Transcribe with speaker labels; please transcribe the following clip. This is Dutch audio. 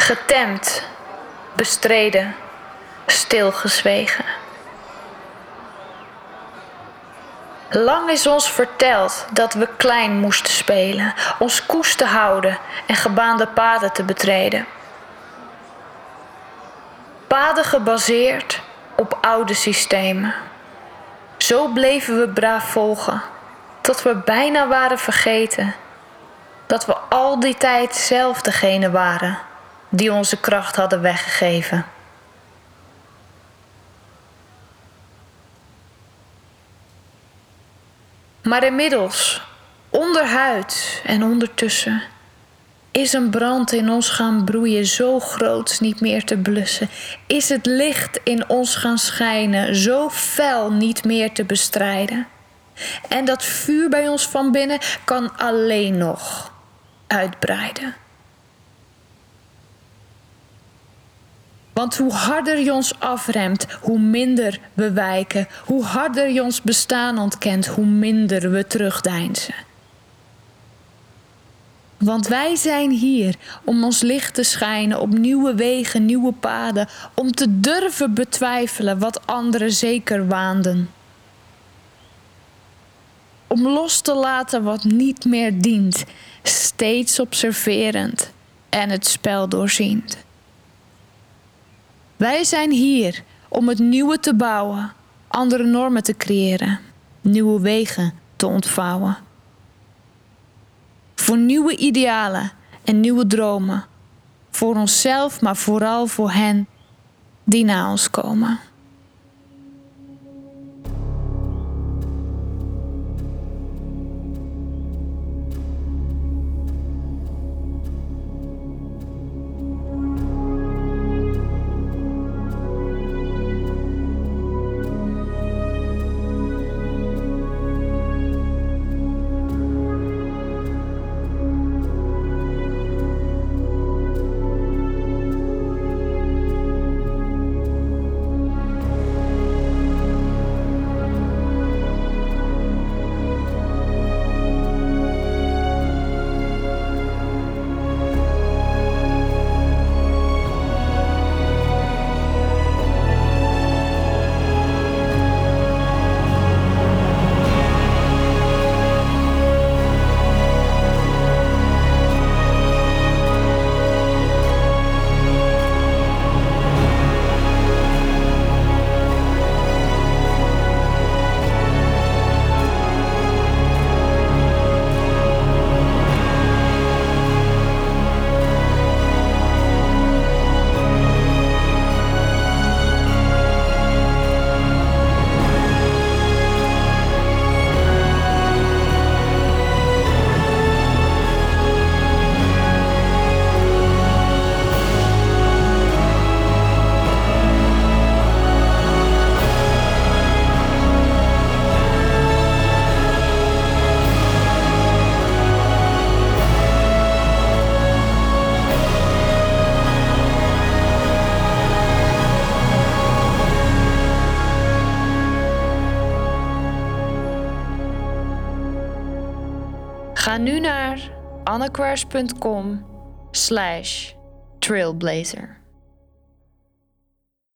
Speaker 1: Getemd, bestreden, stilgezwegen. Lang is ons verteld dat we klein moesten spelen, ons koest te houden en gebaande paden te betreden. Paden gebaseerd op oude systemen. Zo bleven we braaf volgen, tot we bijna waren vergeten dat we al die tijd zelf degene waren die onze kracht hadden weggegeven. Maar inmiddels, onderhuid en ondertussen, is een brand in ons gaan broeien zo groots niet meer te blussen. Is het licht in ons gaan schijnen zo fel niet meer te bestrijden. En dat vuur bij ons van binnen kan alleen nog uitbreiden. Want hoe harder je ons afremt, hoe minder we wijken. Hoe harder je ons bestaan ontkent, hoe minder we terugdeinzen. Want wij zijn hier om ons licht te schijnen op nieuwe wegen, nieuwe paden. Om te durven betwijfelen wat anderen zeker waanden. Om los te laten wat niet meer dient, steeds observerend en het spel doorziend. Wij zijn hier om het nieuwe te bouwen, andere normen te creëren, nieuwe wegen te ontvouwen. Voor nieuwe idealen en nieuwe dromen, voor onszelf, maar vooral voor hen die na ons komen. Ga nu naar annequers.com/trailblazer.